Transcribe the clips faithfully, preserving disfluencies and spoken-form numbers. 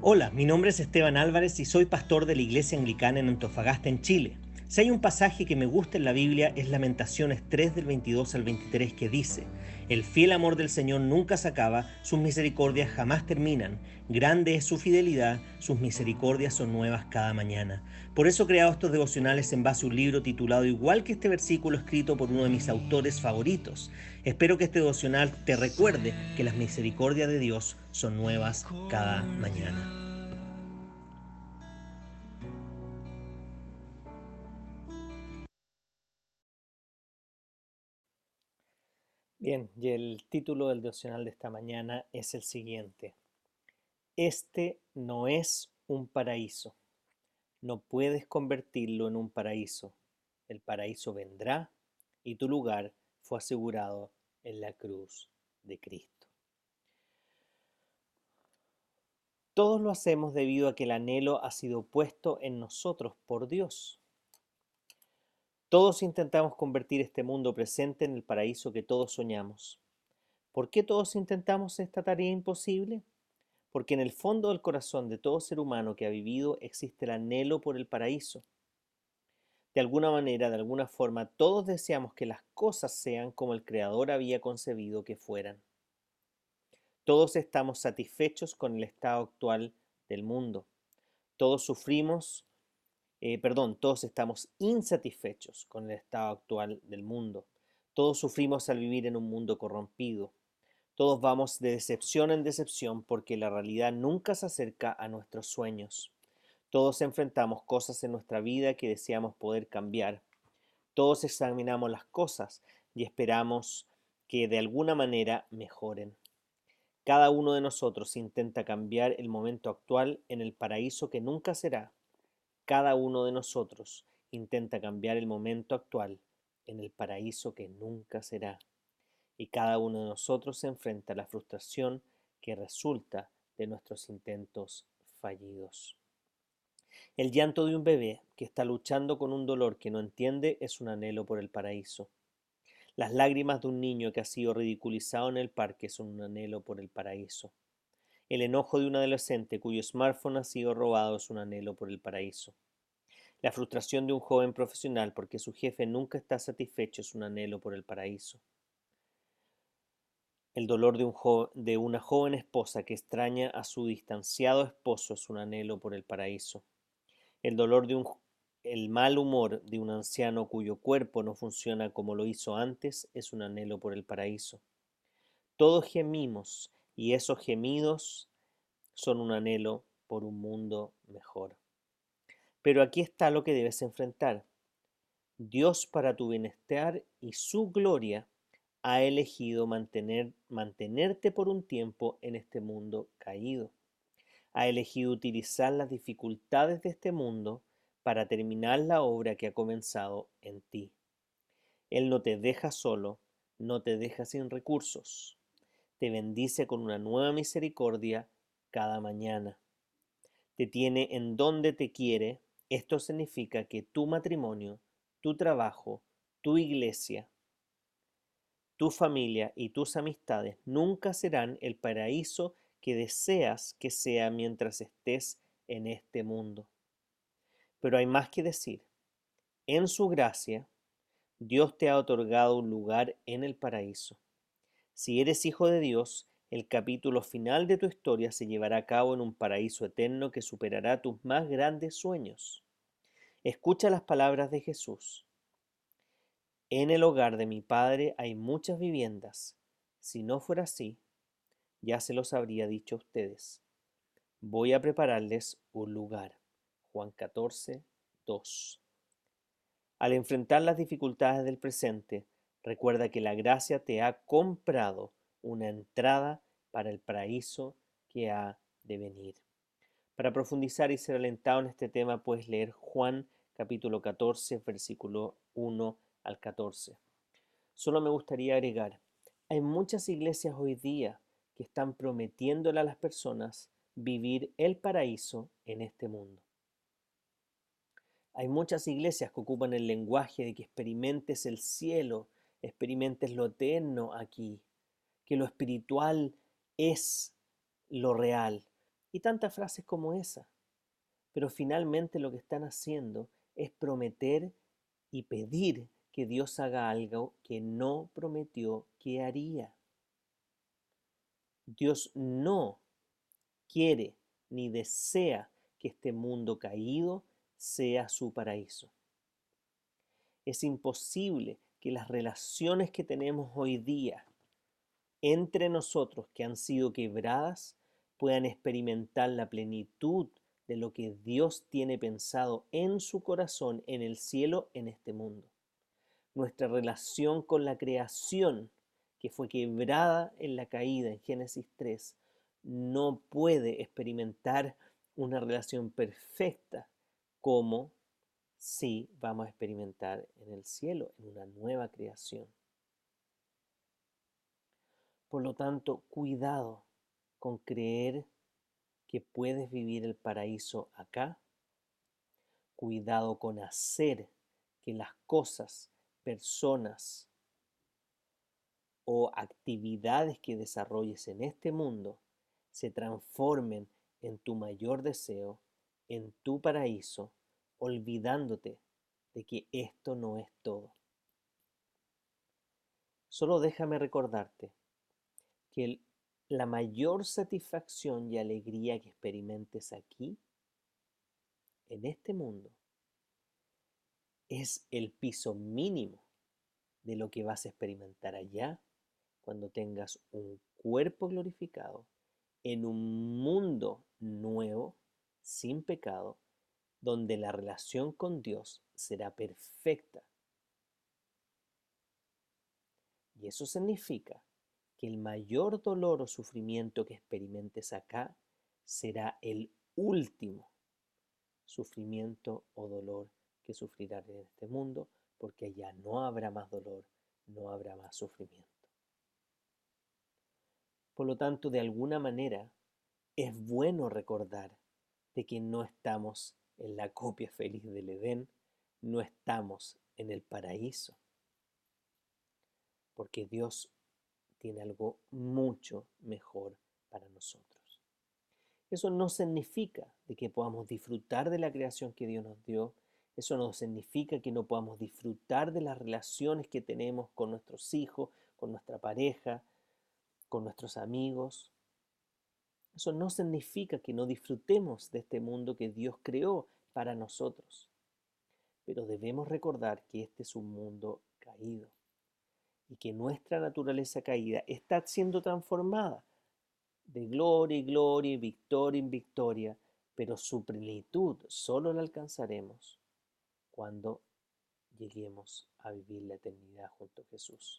Hola, mi nombre es Esteban Álvarez y soy pastor de la Iglesia Anglicana en Antofagasta, en Chile. Si hay un pasaje que me gusta en la Biblia es Lamentaciones tres del veintidós al veintitrés que dice: El fiel amor del Señor nunca se acaba, sus misericordias jamás terminan. Grande es su fidelidad, sus misericordias son nuevas cada mañana. Por eso he creado estos devocionales en base a un libro titulado igual que este versículo escrito por uno de mis autores favoritos. Espero que este devocional te recuerde que las misericordias de Dios son nuevas cada mañana. Bien, y el título del devocional de esta mañana es el siguiente: Este no es un paraíso. No puedes convertirlo en un paraíso. El paraíso vendrá y tu lugar fue asegurado en la cruz de Cristo. Todos lo hacemos debido a que el anhelo ha sido puesto en nosotros por Dios. Todos intentamos convertir este mundo presente en el paraíso que todos soñamos. ¿Por qué todos intentamos esta tarea imposible? Porque en el fondo del corazón de todo ser humano que ha vivido existe el anhelo por el paraíso. De alguna manera, de alguna forma, todos deseamos que las cosas sean como el Creador había concebido que fueran. Todos estamos satisfechos con el estado actual del mundo. Todos sufrimos, eh, perdón, todos estamos insatisfechos con el estado actual del mundo. Todos sufrimos al vivir en un mundo corrompido. Todos vamos de decepción en decepción porque la realidad nunca se acerca a nuestros sueños. Todos enfrentamos cosas en nuestra vida que deseamos poder cambiar. Todos examinamos las cosas y esperamos que de alguna manera mejoren. Cada uno de nosotros intenta cambiar el momento actual en el paraíso que nunca será. Cada uno de nosotros intenta cambiar el momento actual en el paraíso que nunca será. Y cada uno de nosotros se enfrenta a la frustración que resulta de nuestros intentos fallidos. El llanto de un bebé que está luchando con un dolor que no entiende es un anhelo por el paraíso. Las lágrimas de un niño que ha sido ridiculizado en el parque son un anhelo por el paraíso. El enojo de un adolescente cuyo smartphone ha sido robado es un anhelo por el paraíso. La frustración de un joven profesional porque su jefe nunca está satisfecho es un anhelo por el paraíso. El dolor de, un jo de una joven esposa que extraña a su distanciado esposo es un anhelo por el paraíso. El dolor de un, el mal humor de un anciano cuyo cuerpo no funciona como lo hizo antes es un anhelo por el paraíso. Todos gemimos y esos gemidos son un anhelo por un mundo mejor. Pero aquí está lo que debes enfrentar. Dios, para tu bienestar y su gloria, ha elegido mantener, mantenerte por un tiempo en este mundo caído. Ha elegido utilizar las dificultades de este mundo para terminar la obra que ha comenzado en ti. Él no te deja solo, no te deja sin recursos. Te bendice con una nueva misericordia cada mañana. Te tiene en donde te quiere. Esto significa que tu matrimonio, tu trabajo, tu iglesia, tu familia y tus amistades nunca serán el paraíso que deseas que sea mientras estés en este mundo. Pero hay más que decir. En su gracia, Dios te ha otorgado un lugar en el paraíso. Si eres hijo de Dios, el capítulo final de tu historia se llevará a cabo en un paraíso eterno que superará tus más grandes sueños. Escucha las palabras de Jesús. En el hogar de mi Padre hay muchas viviendas. Si no fuera así, ya se los habría dicho a ustedes. Voy a prepararles un lugar. Juan catorce, dos. Al enfrentar las dificultades del presente, recuerda que la gracia te ha comprado una entrada para el paraíso que ha de venir. Para profundizar y ser alentado en este tema, puedes leer Juan capítulo catorce, versículo uno al catorce. Solo me gustaría agregar, hay muchas iglesias hoy día que están prometiéndole a las personas vivir el paraíso en este mundo. Hay muchas iglesias que ocupan el lenguaje de que experimentes el cielo, experimentes lo eterno aquí, que lo espiritual es lo real. y tantas frases como esa. Pero finalmente lo que están haciendo es prometer y pedir que Dios haga algo que no prometió que haría. Dios no quiere ni desea que este mundo caído sea su paraíso. Es imposible que las relaciones que tenemos hoy día entre nosotros que han sido quebradas puedan experimentar la plenitud de lo que Dios tiene pensado en su corazón, en el cielo, en este mundo. Nuestra relación con la creación, que fue quebrada en la caída en Génesis tres, no puede experimentar una relación perfecta como si vamos a experimentar en el cielo, en una nueva creación. Por lo tanto, cuidado con creer que puedes vivir el paraíso acá. Cuidado con hacer que las cosas, personas o actividades que desarrolles en este mundo se transformen en tu mayor deseo, en tu paraíso, olvidándote de que esto no es todo. Solo déjame recordarte que el, la mayor satisfacción y alegría que experimentes aquí, en este mundo, es el piso mínimo de lo que vas a experimentar allá cuando tengas un cuerpo glorificado en un mundo nuevo, sin pecado, donde la relación con Dios será perfecta. Y eso significa que el mayor dolor o sufrimiento que experimentes acá será el último sufrimiento o dolor que sufrirás en este mundo, porque allá no habrá más dolor, no habrá más sufrimiento. Por lo tanto, de alguna manera, es bueno recordar de que no estamos en la copia feliz del Edén, no estamos en el paraíso, porque Dios tiene algo mucho mejor para nosotros. Eso no significa de que podamos disfrutar de la creación que Dios nos dio. Eso no significa que no podamos disfrutar de las relaciones que tenemos con nuestros hijos, con nuestra pareja, con nuestros amigos. Eso no significa que no disfrutemos de este mundo que Dios creó para nosotros. Pero debemos recordar que este es un mundo caído y que nuestra naturaleza caída está siendo transformada de gloria y gloria, victoria en victoria, pero su plenitud solo la alcanzaremos cuando lleguemos a vivir la eternidad junto a Jesús.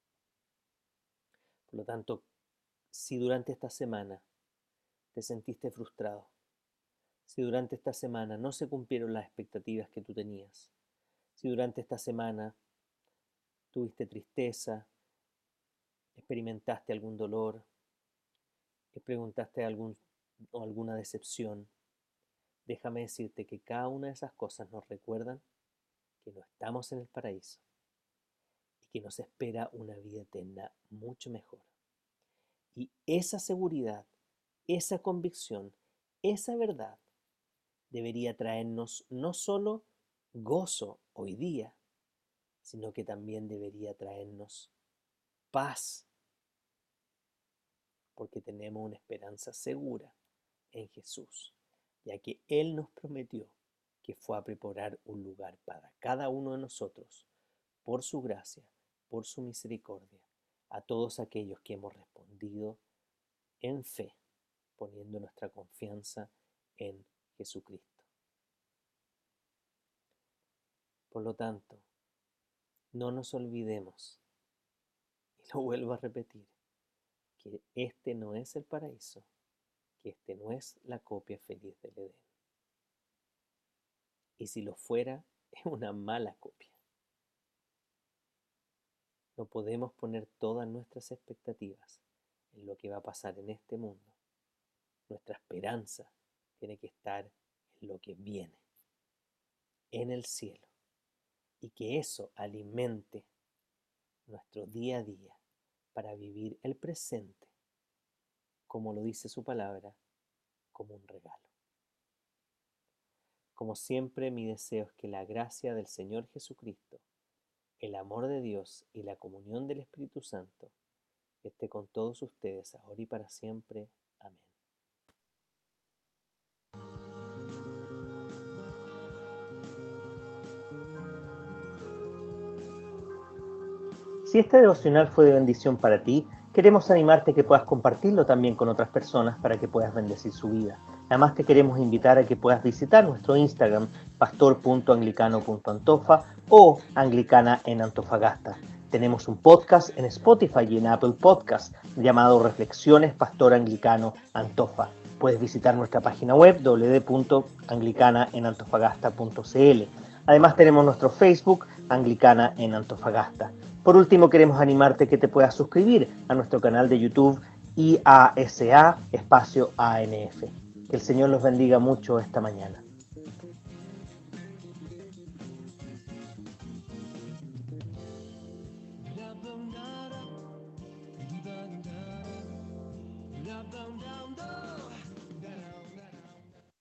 Por lo tanto, si durante esta semana te sentiste frustrado, si durante esta semana no se cumplieron las expectativas que tú tenías, si durante esta semana tuviste tristeza, experimentaste algún dolor, experimentaste algún, o alguna decepción, déjame decirte que cada una de esas cosas nos recuerdan que no estamos en el paraíso y que nos espera una vida eterna mucho mejor. Y esa seguridad, esa convicción, esa verdad debería traernos no solo gozo hoy día, sino que también debería traernos paz, porque tenemos una esperanza segura en Jesús, ya que Él nos prometió que fue a preparar un lugar para cada uno de nosotros, por su gracia, por su misericordia, a todos aquellos que hemos respondido en fe, poniendo nuestra confianza en Jesucristo. Por lo tanto, no nos olvidemos, y lo vuelvo a repetir, que este no es el paraíso, que este no es la copia feliz del Edén. Y si lo fuera, es una mala copia. No podemos poner todas nuestras expectativas en lo que va a pasar en este mundo. Nuestra esperanza tiene que estar en lo que viene, en el cielo, y que eso alimente nuestro día a día para vivir el presente, como lo dice su palabra, como un regalo. Como siempre, mi deseo es que la gracia del Señor Jesucristo, el amor de Dios y la comunión del Espíritu Santo esté con todos ustedes ahora y para siempre. Amén. Si este devocional fue de bendición para ti, queremos animarte a que puedas compartirlo también con otras personas para que puedas bendecir su vida. Además te queremos invitar a que puedas visitar nuestro Instagram, pastor punto anglicano punto antofa o anglicana en Antofagasta. Tenemos un podcast en Spotify y en Apple Podcast llamado Reflexiones Pastor Anglicano Antofa. Puedes visitar nuestra página web doble u doble u doble u punto anglicana en antofagasta punto c l. Además tenemos nuestro Facebook Anglicana en Antofagasta. Por último, queremos animarte que te puedas suscribir a nuestro canal de YouTube I A S A espacio A N F. Que el Señor los bendiga mucho esta mañana.